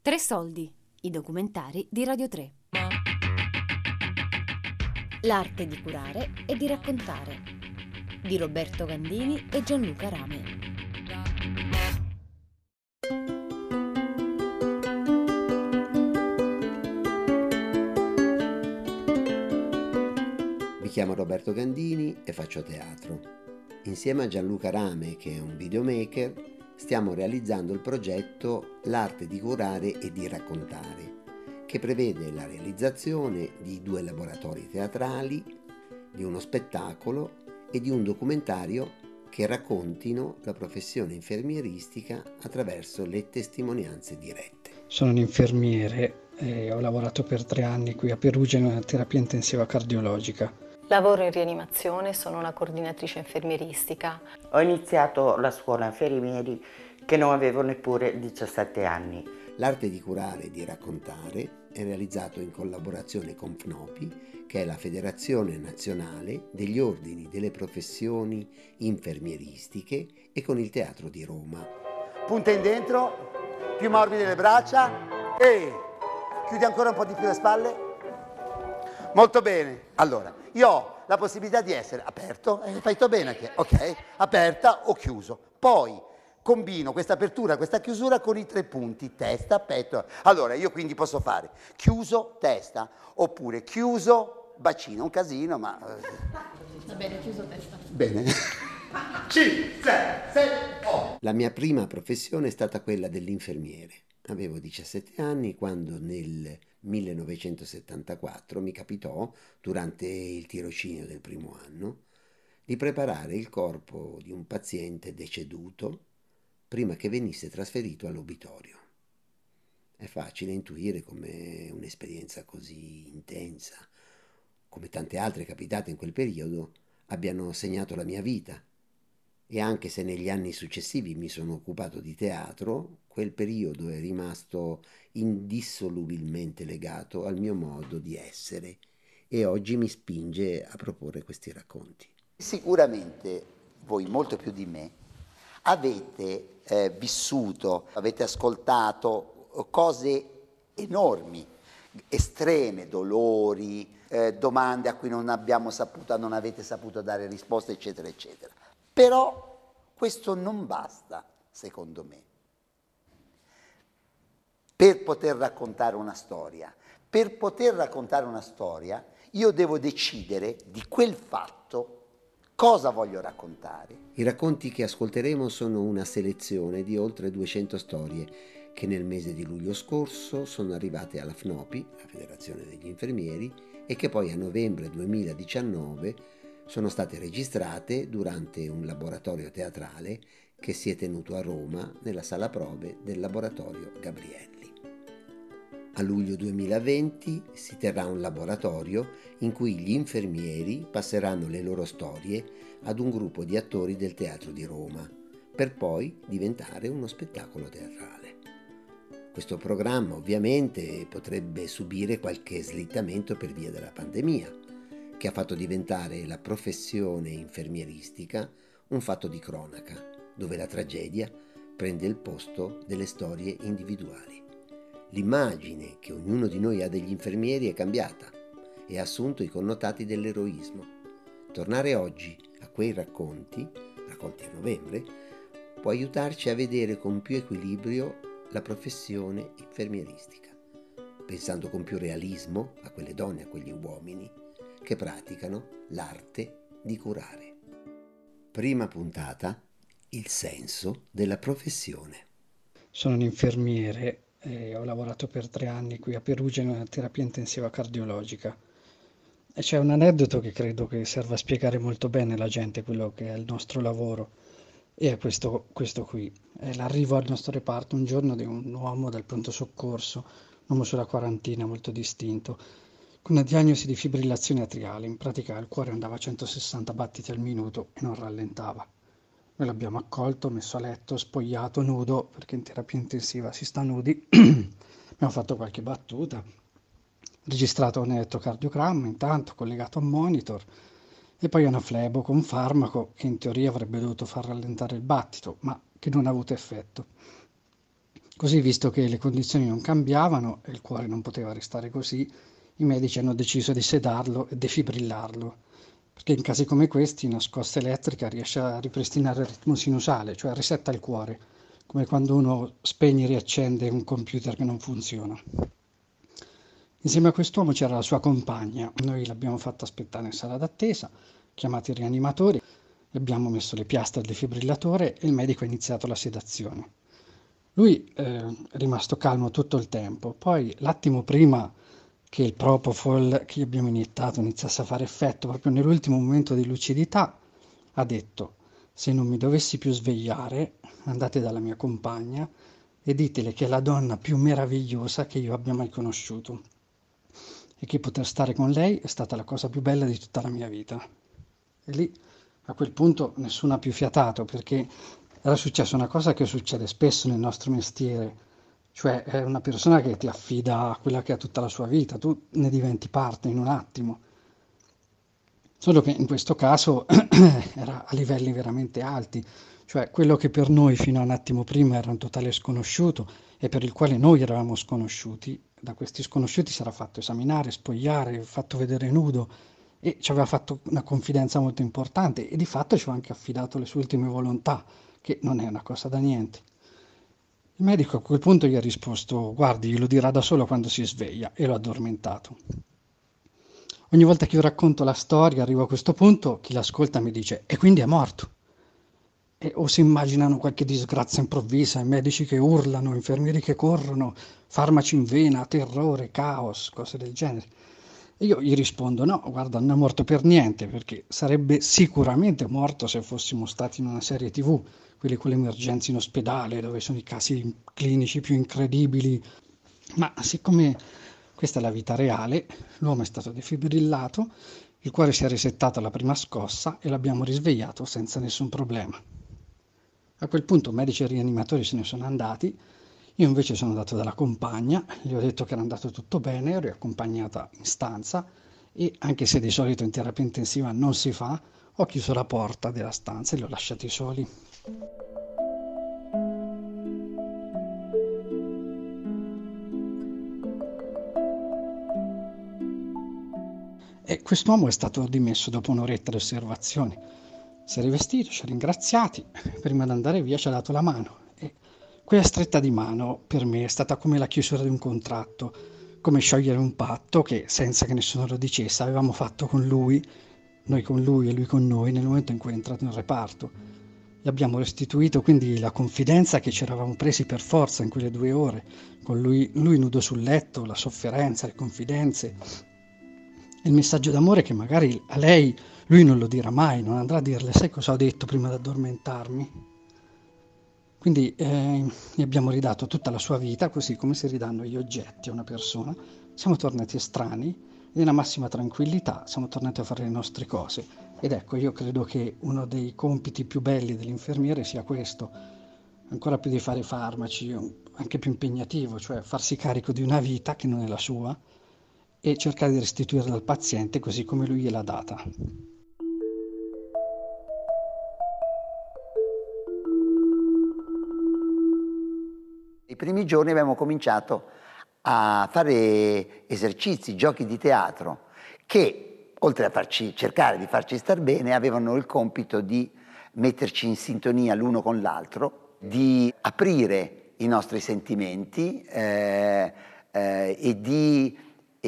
Tre soldi, i documentari di Radio 3. L'arte di curare e di raccontare, di Roberto Gandini e Gianluca Rame. Mi chiamo Roberto Gandini e faccio teatro. Insieme a Gianluca Rame, che è un videomaker, stiamo realizzando il progetto L'arte di curare e di raccontare, che prevede la realizzazione di 2 laboratori teatrali, di uno spettacolo e di un documentario che raccontino la professione infermieristica attraverso le testimonianze dirette. Sono un infermiere e ho lavorato per 3 anni qui a Perugia in una terapia intensiva cardiologica. Lavoro in rianimazione, sono una coordinatrice infermieristica. Ho iniziato la scuola infermieri che non avevo neppure 17 anni. L'arte di curare e di raccontare è realizzato in collaborazione con FNOPI, che è la Federazione Nazionale degli Ordini delle Professioni Infermieristiche, e con il Teatro di Roma. Punta in dentro, più morbide le braccia e chiudi ancora un po' di più le spalle. Molto bene. Allora, io ho la possibilità di essere aperto, hai fatto bene anche, ok? Aperta o chiuso. Poi combino questa apertura, questa chiusura con i 3 punti, testa, petto. Allora, io quindi posso fare chiuso, testa, oppure chiuso, bacino, un casino, ma... Va bene, chiuso testa. Bene. 5, 6, 7, 8. La mia prima professione è stata quella dell'infermiere. Avevo 17 anni quando nel 1974 mi capitò, durante il tirocinio del primo anno, di preparare il corpo di un paziente deceduto prima che venisse trasferito all'obitorio. È facile intuire come un'esperienza così intensa, come tante altre capitate in quel periodo, abbiano segnato la mia vita. E anche se negli anni successivi mi sono occupato di teatro, quel periodo è rimasto indissolubilmente legato al mio modo di essere e oggi mi spinge a proporre questi racconti. Sicuramente voi, molto più di me, avete vissuto, avete ascoltato cose enormi, estreme, dolori, domande a cui non avete saputo dare risposte, eccetera, eccetera. Però questo non basta, secondo me, per poter raccontare una storia. Per poter raccontare una storia, io devo decidere di quel fatto cosa voglio raccontare. I racconti che ascolteremo sono una selezione di oltre 200 storie che nel mese di luglio scorso sono arrivate alla FNOPI, la Federazione degli Infermieri, e che poi a novembre 2019 sono state registrate durante un laboratorio teatrale che si è tenuto a Roma nella sala prove del laboratorio Gabrielli. A luglio 2020 si terrà un laboratorio in cui gli infermieri passeranno le loro storie ad un gruppo di attori del Teatro di Roma, per poi diventare uno spettacolo teatrale. Questo programma ovviamente potrebbe subire qualche slittamento per via della pandemia, che ha fatto diventare la professione infermieristica un fatto di cronaca, dove la tragedia prende il posto delle storie individuali. L'immagine che ognuno di noi ha degli infermieri è cambiata e ha assunto i connotati dell'eroismo. Tornare oggi a quei racconti a novembre, può aiutarci a vedere con più equilibrio la professione infermieristica, pensando con più realismo a quelle donne e a quegli uomini che praticano l'arte di curare. Prima puntata: il senso della professione. Sono un infermiere e ho lavorato per 3 anni qui a Perugia in una terapia intensiva cardiologica. E c'è un aneddoto che credo che serva a spiegare molto bene alla gente quello che è il nostro lavoro. E è questo qui. È l'arrivo al nostro reparto un giorno di un uomo del pronto soccorso, un uomo sulla quarantina molto distinto, con una diagnosi di fibrillazione atriale. In pratica il cuore andava a 160 battiti al minuto e non rallentava. Noi l'abbiamo accolto, messo a letto, spogliato, nudo, perché in terapia intensiva si sta nudi. Abbiamo fatto qualche battuta, registrato un elettrocardiogramma intanto, collegato a un monitor, e poi una flebo con farmaco che in teoria avrebbe dovuto far rallentare il battito, ma che non ha avuto effetto. Così, visto che le condizioni non cambiavano e il cuore non poteva restare così, i medici hanno deciso di sedarlo e defibrillarlo, perché in casi come questi una scossa elettrica riesce a ripristinare il ritmo sinusale, cioè resetta il cuore, come quando uno spegne e riaccende un computer che non funziona. Insieme a quest'uomo c'era la sua compagna, noi l'abbiamo fatta aspettare in sala d'attesa, chiamati i rianimatori, abbiamo messo le piastre al defibrillatore e il medico ha iniziato la sedazione. Lui è rimasto calmo tutto il tempo, poi l'attimo prima che il propofol che gli abbiamo iniettato iniziasse a fare effetto, proprio nell'ultimo momento di lucidità, ha detto: se non mi dovessi più svegliare, andate dalla mia compagna e ditele che è la donna più meravigliosa che io abbia mai conosciuto e che poter stare con lei è stata la cosa più bella di tutta la mia vita. E lì, a quel punto, nessuno ha più fiatato, perché era successa una cosa che succede spesso nel nostro mestiere, cioè è una persona che ti affida a quella che ha tutta la sua vita, tu ne diventi parte in un attimo. Solo che in questo caso era a livelli veramente alti, cioè quello che per noi fino a un attimo prima era un totale sconosciuto e per il quale noi eravamo sconosciuti, da questi sconosciuti si era fatto esaminare, spogliare, fatto vedere nudo e ci aveva fatto una confidenza molto importante e di fatto ci aveva anche affidato le sue ultime volontà, che non è una cosa da niente. Il medico a quel punto gli ha risposto: guardi, glielo dirà da solo quando si sveglia, e l'ho addormentato. Ogni volta che io racconto la storia, arrivo a questo punto, chi l'ascolta mi dice: e quindi è morto? O si immaginano qualche disgrazia improvvisa, medici che urlano, infermieri che corrono, farmaci in vena, terrore, caos, cose del genere. E io gli rispondo: no, guarda, non è morto per niente, perché sarebbe sicuramente morto se fossimo stati in una serie TV, quelli con le emergenze in ospedale, dove sono i casi clinici più incredibili. Ma siccome questa è la vita reale, l'uomo è stato defibrillato, il cuore si è resettato alla prima scossa e l'abbiamo risvegliato senza nessun problema. A quel punto medici e rianimatori se ne sono andati, io invece sono andato dalla compagna, gli ho detto che era andato tutto bene, ero accompagnata in stanza e anche se di solito in terapia intensiva non si fa, ho chiuso la porta della stanza e li ho lasciati soli. E quest'uomo è stato dimesso dopo un'oretta di osservazioni. Si è rivestito, ci ha ringraziati, prima di andare via ci ha dato la mano. E quella stretta di mano per me è stata come la chiusura di un contratto, come sciogliere un patto che, senza che nessuno lo dicesse, avevamo fatto con lui, noi con lui e lui con noi, nel momento in cui è entrato in reparto. Gli abbiamo restituito quindi la confidenza che ci eravamo presi per forza in quelle 2 ore, con lui nudo sul letto, la sofferenza, le confidenze, il messaggio d'amore che magari a lei lui non lo dirà mai, non andrà a dirle: sai cosa ho detto prima di addormentarmi? Quindi gli abbiamo ridato tutta la sua vita, così come si ridanno gli oggetti a una persona. Siamo tornati estranei e nella massima tranquillità siamo tornati a fare le nostre cose. Ed ecco, io credo che uno dei compiti più belli dell'infermiere sia questo, ancora più di fare farmaci, anche più impegnativo, cioè farsi carico di una vita che non è la sua e cercare di restituirla al paziente così come lui gliel'ha data. I primi giorni abbiamo cominciato a fare esercizi, giochi di teatro che, oltre a cercare di farci star bene, avevano il compito di metterci in sintonia l'uno con l'altro, di aprire i nostri sentimenti e di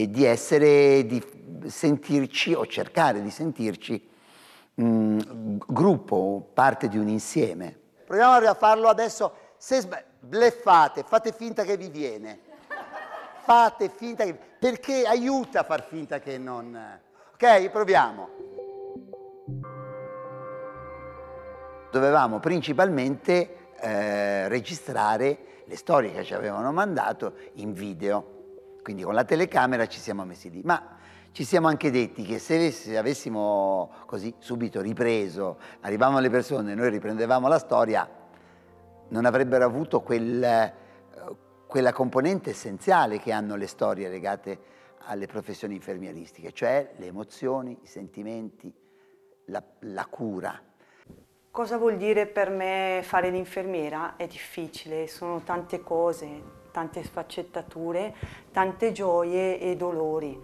sentirci o cercare di sentirci gruppo, parte di un insieme. Proviamo a farlo adesso. Se bleffate, fate finta che vi viene. Fate finta che... perché aiuta a far finta che non... Ok? Proviamo. Dovevamo principalmente registrare le storie che ci avevano mandato in video. Quindi con la telecamera ci siamo messi lì, ma ci siamo anche detti che se avessimo così subito ripreso, arrivavano le persone e noi riprendevamo la storia, non avrebbero avuto quella componente essenziale che hanno le storie legate alle professioni infermieristiche, cioè le emozioni, i sentimenti, la cura. Cosa vuol dire per me fare l'infermiera? È difficile, sono tante cose, tante sfaccettature, tante gioie e dolori.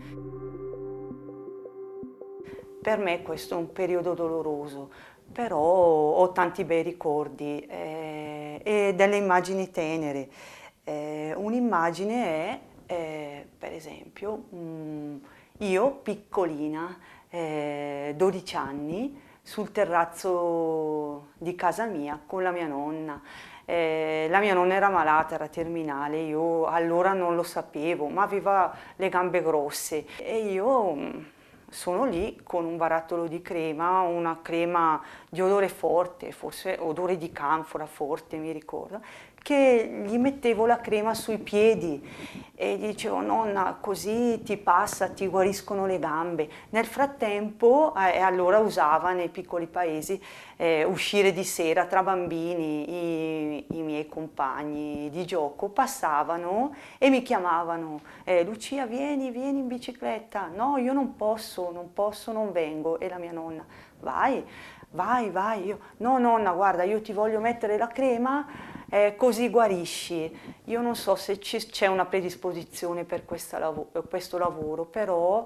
Per me questo è un periodo doloroso, però ho tanti bei ricordi e delle immagini tenere. Un'immagine è, per esempio, io piccolina, 12 anni, sul terrazzo di casa mia con la mia nonna. La mia nonna era malata, era terminale, io allora non lo sapevo, ma aveva le gambe grosse e io sono lì con un barattolo di crema, una crema di odore forte, forse odore di canfora forte, mi ricordo, che gli mettevo la crema sui piedi e gli dicevo: nonna, così ti passa, ti guariscono le gambe. Nel frattempo, allora usava nei piccoli paesi uscire di sera tra bambini, i miei compagni di gioco passavano e mi chiamavano: Lucia, vieni in bicicletta. No, io non posso, non vengo. E la mia nonna: vai. Io: no nonna, guarda, io ti voglio mettere la crema, così guarisci. Io non so se c'è una predisposizione per questo lavoro, però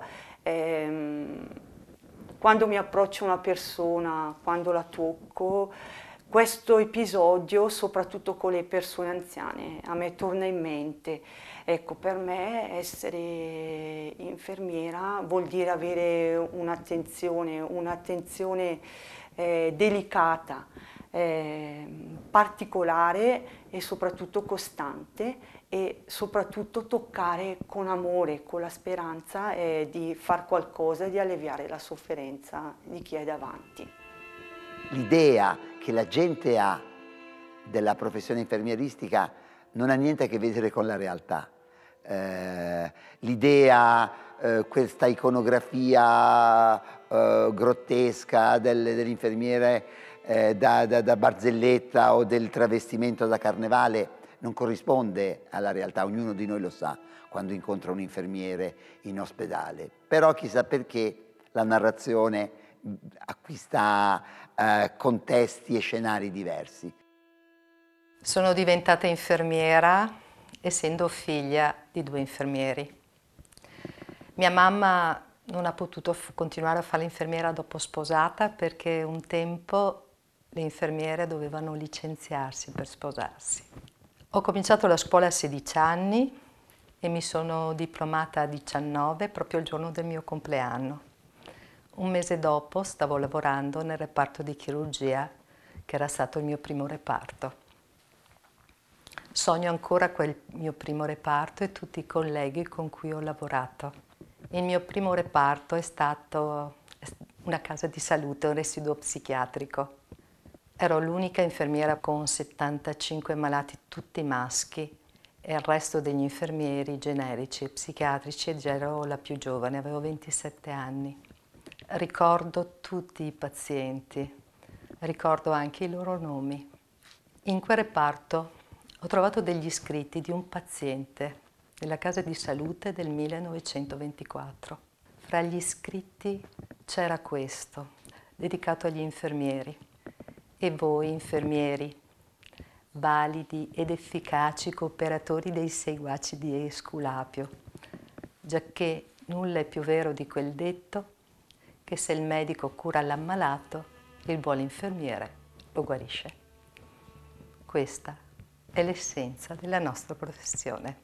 quando mi approccio a una persona, quando la tocco, questo episodio, soprattutto con le persone anziane, a me torna in mente. Ecco, per me essere infermiera vuol dire avere un'attenzione delicata, particolare e soprattutto costante, e soprattutto toccare con amore, con la speranza di far qualcosa, di alleviare la sofferenza di chi è davanti. L'idea che la gente ha della professione infermieristica non ha niente a che vedere con la realtà. L'idea, questa iconografia grottesca dell'infermiere da barzelletta o del travestimento da carnevale non corrisponde alla realtà, ognuno di noi lo sa quando incontra un infermiere in ospedale. Però chissà perché la narrazione acquista contesti e scenari diversi. Sono diventata infermiera essendo figlia di 2 infermieri. Mia mamma non ha potuto continuare a fare l'infermiera dopo sposata perché un tempo le infermiere dovevano licenziarsi per sposarsi. Ho cominciato la scuola a 16 anni e mi sono diplomata a 19 proprio il giorno del mio compleanno. Un mese dopo stavo lavorando nel reparto di chirurgia, che era stato il mio primo reparto. Sogno ancora quel mio primo reparto e tutti i colleghi con cui ho lavorato. Il mio primo reparto è stato una casa di salute, un residuo psichiatrico. Ero l'unica infermiera con 75 malati, tutti maschi, e il resto degli infermieri generici e psichiatrici, ed ero la più giovane, avevo 27 anni. Ricordo tutti i pazienti, ricordo anche i loro nomi. In quel reparto ho trovato degli scritti di un paziente nella casa di salute del 1924. Fra gli scritti c'era questo, dedicato agli infermieri. E voi, infermieri, validi ed efficaci cooperatori dei seguaci di Esculapio, giacché nulla è più vero di quel detto che se il medico cura l'ammalato, il buon infermiere lo guarisce. Questa è l'essenza della nostra professione.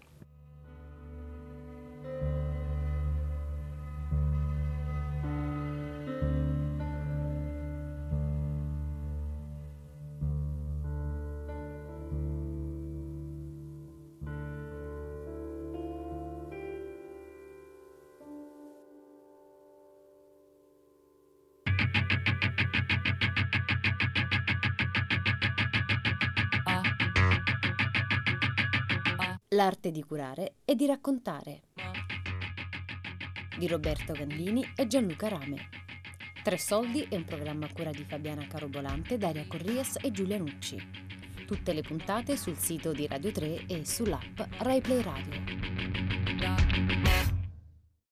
L'arte di curare e di raccontare di Roberto Gandini e Gianluca Rame. 3 soldi è un programma a cura di Fabiana Carobolante, Daria Corrias e Giulia Nucci. Tutte le puntate sul sito di Radio 3 e sull'app Rai Play Radio.